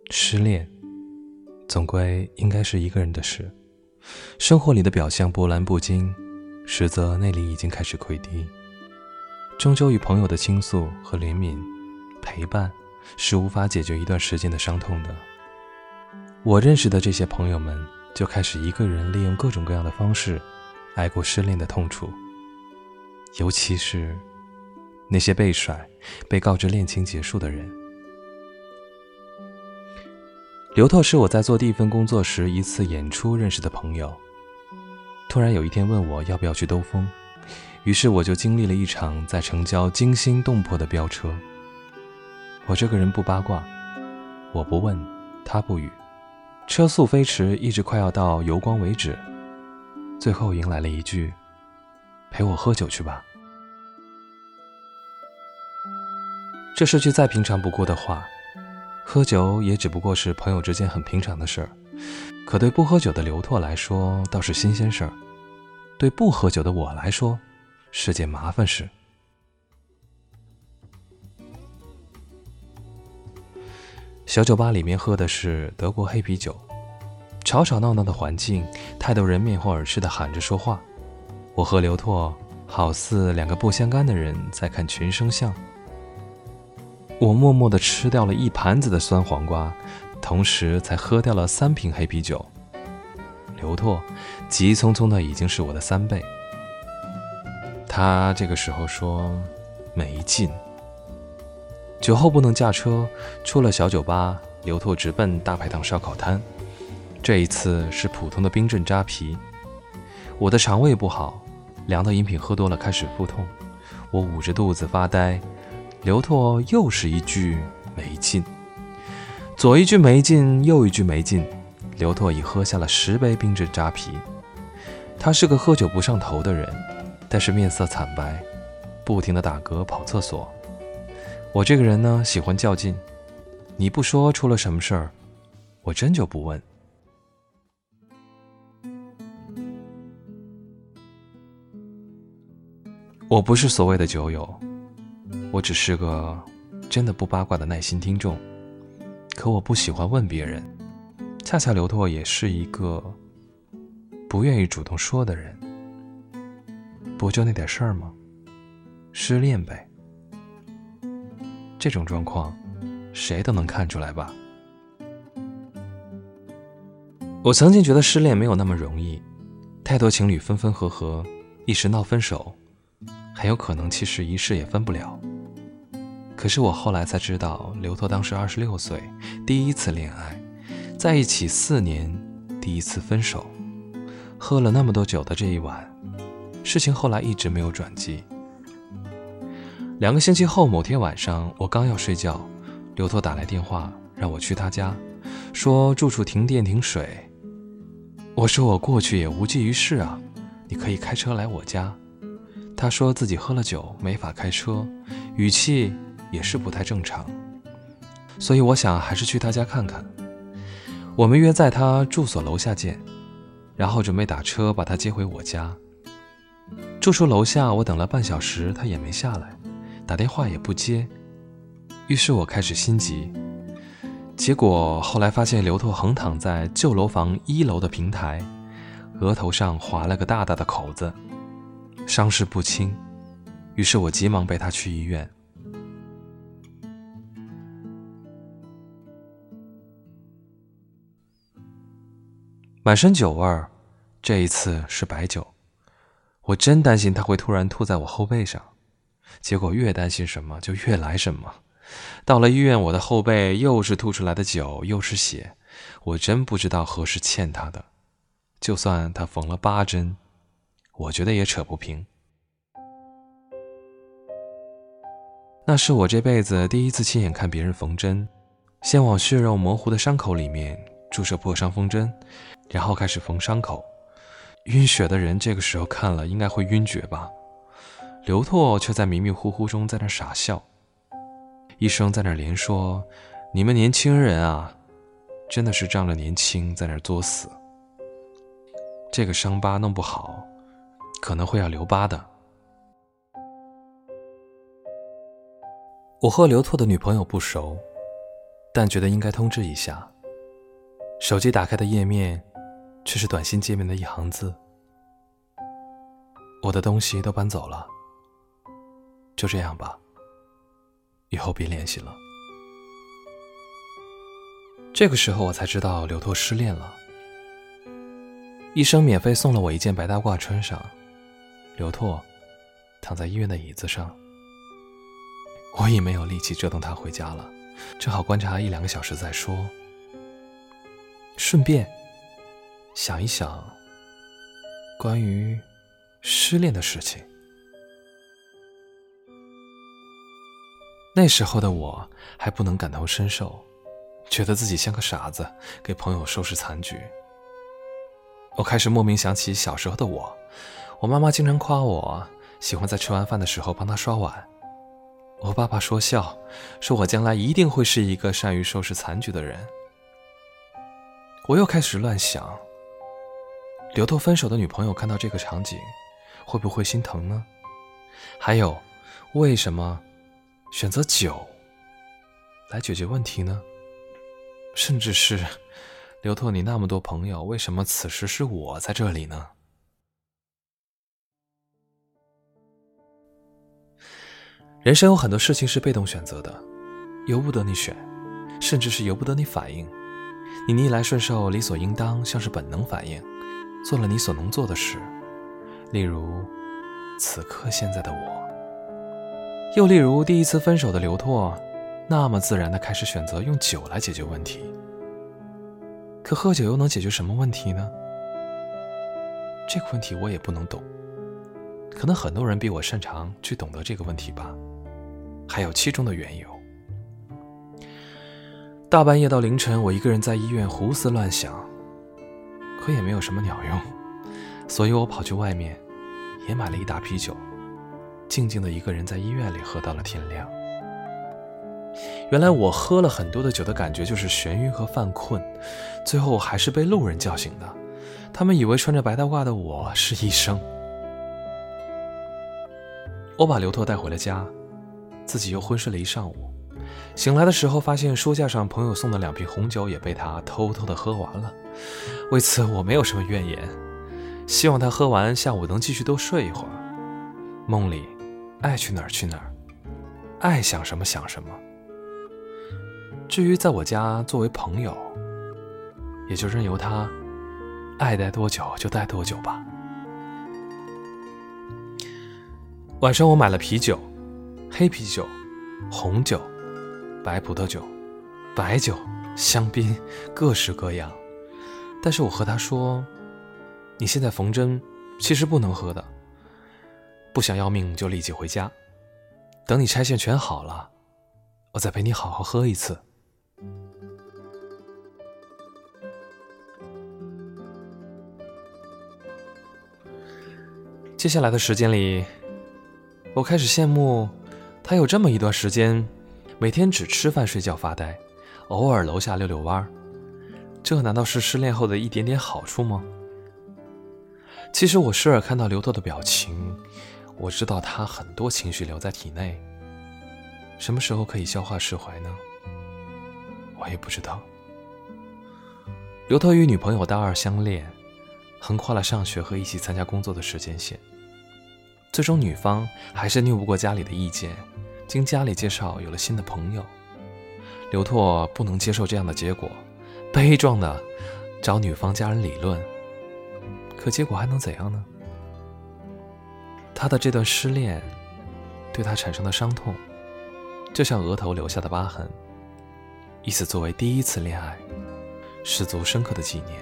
失恋总归应该是一个人的事，生活里的表象波澜不惊，实则内里已经开始溃堤。终究与朋友的倾诉和怜悯陪伴是无法解决一段时间的伤痛的。我认识的这些朋友们就开始一个人利用各种各样的方式挨过失恋的痛楚，尤其是那些被甩被告知恋情结束的人。刘拓是我在做第一份工作时一次演出认识的朋友，突然有一天问我要不要去兜风，于是我就经历了一场在城郊惊心动魄的飙车。我这个人不八卦，我不问，他不语，车速飞驰，一直快要到油光为止，最后迎来了一句陪我喝酒去吧。这是句再平常不过的话，喝酒也只不过是朋友之间很平常的事儿，可对不喝酒的刘拓来说倒是新鲜事儿，对不喝酒的我来说是件麻烦事。小酒吧里面喝的是德国黑啤酒，吵吵闹闹的环境，太多人面红耳赤地喊着说话，我和刘拓好似两个不相干的人在看群生相。我默默地吃掉了一盘子的酸黄瓜，同时才喝掉了3瓶黑啤酒。刘拓急匆匆的已经是我的3倍。他这个时候说没劲。酒后不能驾车，出了小酒吧，刘拓直奔大排档烧烤摊。这一次是普通的冰镇扎啤。我的肠胃不好，凉的饮品喝多了开始腹痛，我捂着肚子发呆。刘拓又是一句没劲，左一句没劲，右一句没劲，刘拓已喝下了10杯冰镇扎啤。他是个喝酒不上头的人，但是面色惨白，不停地打嗝跑厕所。我这个人呢，喜欢较劲，你不说出了什么事儿，我真就不问。我不是所谓的酒友，我只是个真的不八卦的耐心听众，可我不喜欢问别人。恰恰刘拓也是一个不愿意主动说的人。不就那点事儿吗？失恋呗。这种状况谁都能看出来吧。我曾经觉得失恋没有那么容易，太多情侣分分合合，一时闹分手，很有可能其实一世也分不了。可是我后来才知道，刘拓当时26岁，第一次恋爱，在一起4年，第一次分手，喝了那么多酒的这一晚，事情后来一直没有转机。2个星期后某天晚上，我刚要睡觉，刘拓打来电话让我去他家，说住处停电停水。我说我过去也无济于事啊，你可以开车来我家。他说自己喝了酒没法开车，语气也是不太正常，所以我想还是去他家看看。我们约在他住所楼下见，然后准备打车把他接回我家。住处楼下我等了半小时，他也没下来，打电话也不接，于是我开始心急。结果后来发现刘拓横躺在旧楼房1楼的平台，额头上划了个大大的口子，伤势不轻，于是我急忙背他去医院。满身酒味儿，这一次是白酒。我真担心他会突然吐在我后背上，结果越担心什么就越来什么。到了医院，我的后背又是吐出来的酒，又是血，我真不知道何时欠他的。就算他缝了8针，我觉得也扯不平。那是我这辈子第一次亲眼看别人缝针，先往血肉模糊的伤口里面注射破伤风针，然后开始缝伤口。晕血的人这个时候看了应该会晕厥吧，刘拓却在迷迷糊糊中在那傻笑。医生在那连说，你们年轻人啊，真的是仗着年轻在那作死，这个伤疤弄不好可能会要留疤的。我和刘拓的女朋友不熟， 但觉得应该通知一下。手机打开的页面却是短信界面的一行字：我的东西都搬走了，就这样吧，以后别联系了。这个时候我才知道刘拓失恋了。医生免费送了我一件白大褂穿上，刘拓躺在医院的椅子上。我已没有力气折腾他回家了，正好观察1-2个小时再说，顺便想一想关于失恋的事情。那时候的我还不能感同身受，觉得自己像个傻子，给朋友收拾残局。我开始莫名想起小时候的我妈妈经常夸我喜欢在吃完饭的时候帮她刷碗，我爸爸说笑，说我将来一定会是一个善于收拾残局的人。我又开始乱想，刘拓分手的女朋友看到这个场景会不会心疼呢？还有，为什么选择酒来解决问题呢？甚至是刘拓，你那么多朋友，为什么此时是我在这里呢？人生有很多事情是被动选择的，由不得你选，甚至是由不得你反应。你逆来顺受，理所应当，像是本能反应，做了你所能做的事。例如此刻现在的我，又例如第一次分手的刘拓，那么自然地开始选择用酒来解决问题。可喝酒又能解决什么问题呢？这个问题我也不能懂，可能很多人比我擅长去懂得这个问题吧，还有其中的缘由。大半夜到凌晨，我一个人在医院胡思乱想，可也没有什么鸟用，所以我跑去外面也买了一打啤酒，静静的一个人在医院里喝到了天亮。原来我喝了很多的酒的感觉就是眩晕和犯困，最后我还是被路人叫醒的，他们以为穿着白大褂的我是医生。我把刘拓带回了家，自己又昏睡了一上午。醒来的时候发现书架上朋友送的2瓶红酒也被他偷偷的喝完了，为此我没有什么怨言，希望他喝完下午能继续多睡一会儿。梦里爱去哪儿去哪儿，爱想什么想什么。至于在我家作为朋友，也就任由他爱待多久就待多久吧。晚上我买了啤酒，黑啤酒、红酒、白葡萄酒、白酒、香槟，各式各样。但是我和他说，你现在缝针其实不能喝的，不想要命就立即回家，等你拆线全好了，我再陪你好好喝一次。接下来的时间里，我开始羡慕他有这么一段时间，每天只吃饭睡觉发呆，偶尔楼下溜溜弯。这难道是失恋后的一点点好处吗？其实我时而看到刘拓的表情，我知道他很多情绪留在体内，什么时候可以消化释怀呢？我也不知道。刘拓与女朋友大2相恋，横跨了上学和一起参加工作的时间线，最终女方还是拗不过家里的意见，经家里介绍有了新的朋友。刘拓不能接受这样的结果，悲壮的找女方家人理论，可结果还能怎样呢？他的这段失恋对他产生的伤痛，就像额头留下的疤痕，以此作为第一次恋爱十足深刻的纪念。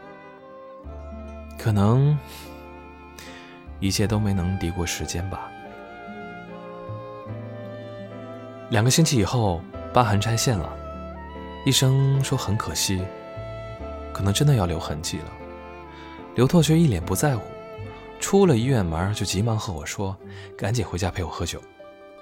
可能一切都没能敌过时间吧。2个星期以后，疤痕拆线了，医生说很可惜，可能真的要留痕迹了。刘拓却一脸不在乎，出了医院门就急忙和我说，赶紧回家陪我喝酒。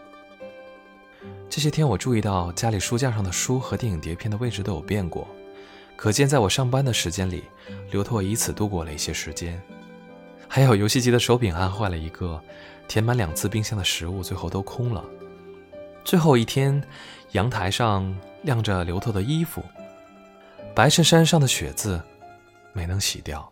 这些天我注意到家里书架上的书和电影碟片的位置都有变过，可见在我上班的时间里，刘拓以此度过了一些时间。还有游戏机的手柄按坏了一个，填满2次冰箱的食物最后都空了。最后一天，阳台上晾着刘透的衣服，白衬衫上的血渍没能洗掉。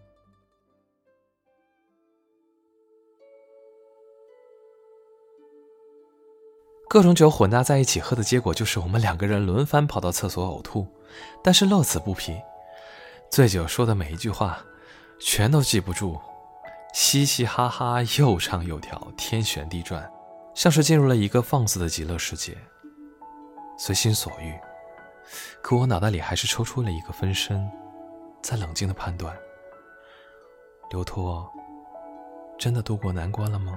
各种酒混搭在一起喝的结果就是我们2个人轮番跑到厕所呕吐，但是乐此不疲。醉酒说的每一句话全都记不住，嘻嘻哈哈，又唱又跳，天旋地转，像是进入了一个放肆的极乐世界，随心所欲。可我脑袋里还是抽出了一个分身，在冷静地判断，刘拓真的渡过难关了吗？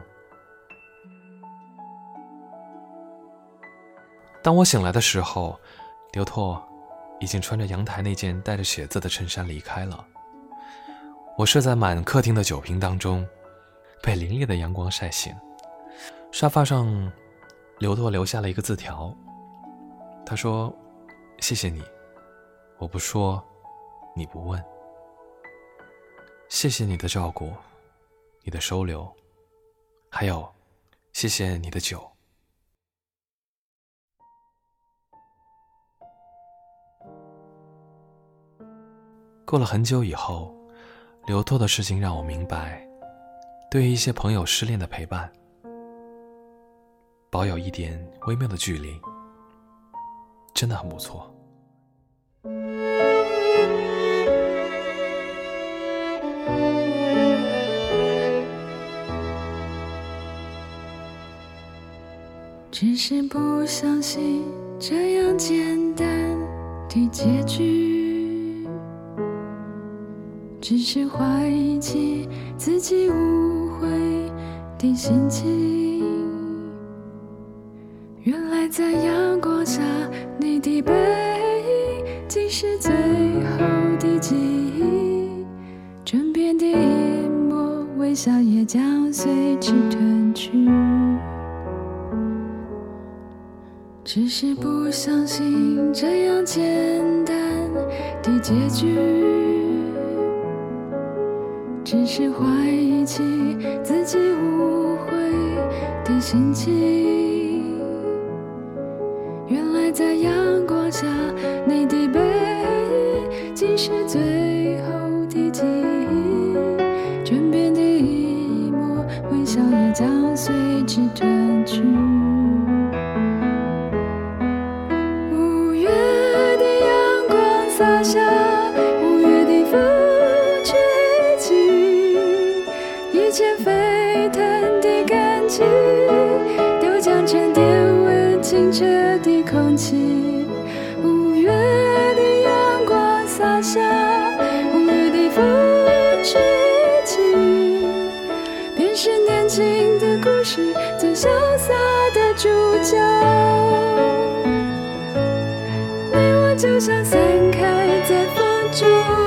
当我醒来的时候，刘拓已经穿着阳台那件带着血渍的衬衫离开了。我睡在满客厅的酒瓶当中，被凌冽的阳光晒醒。沙发上，刘拓留下了一个字条，他说：谢谢你，我不说，你不问。谢谢你的照顾，你的收留，还有谢谢你的酒。过了很久以后，刘拓的事情让我明白，对于一些朋友失恋的陪伴，保有一点微妙的距离，真的很不错。 只是不相信这样简单的结局，只是怀疑起自己误会的心情。原来在阳光下，你的背影竟是最后的记忆，枕边的一抹微笑也将随之褪去。只是不相信这样简单的结局，只是怀疑起自己误会的心情。原来在阳光下，你的背影竟是最后的记忆，枕边的一抹微笑也将随之褪去。洒下五月的风吹起，一切沸腾的感情都将沉淀为清澈的空气。五月的阳光洒下，五月的风吹起，便是年轻的故事最潇洒的主角。你我就像散开在风中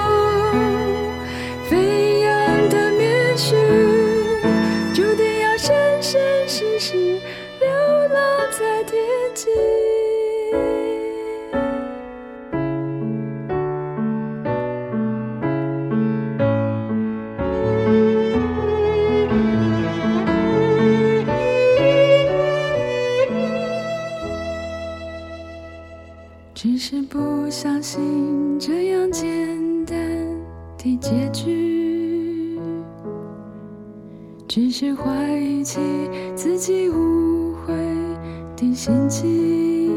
飞扬的棉絮，注定要生生世世流浪在天际。只是不相信这样简单的结局，只是怀疑起自己误会的心情。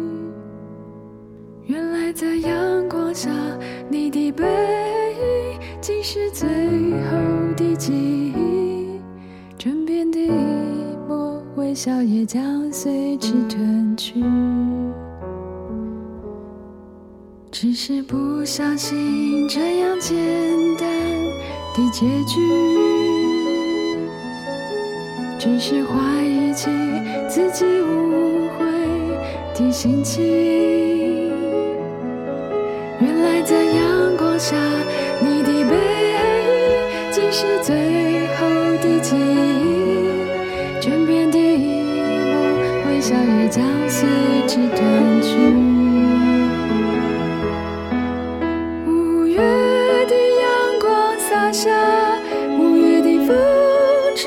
原来在阳光下，你的背影竟是最后的记忆，枕边的一抹微笑也将随之褪去。只是不相信这样简单的结局，只是怀疑起自己误会的心情。原来在阳光下，你的背影竟是最后的记忆，枕边的一抹微笑也将随之褪去。五月的风吹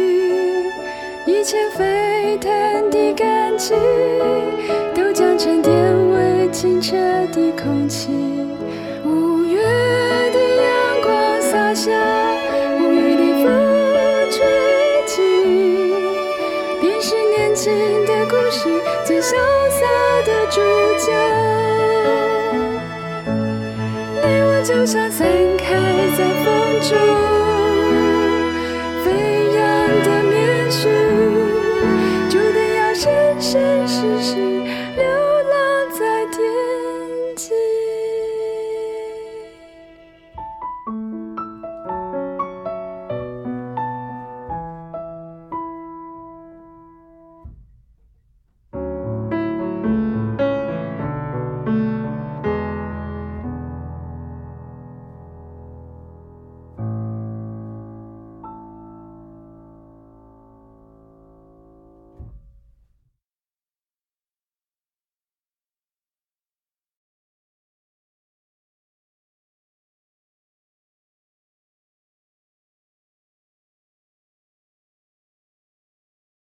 起，一切沸腾的感情都将沉淀感情的故事，最潇洒的主角。你我就像散开在风中飞扬的棉絮，注定要生生世世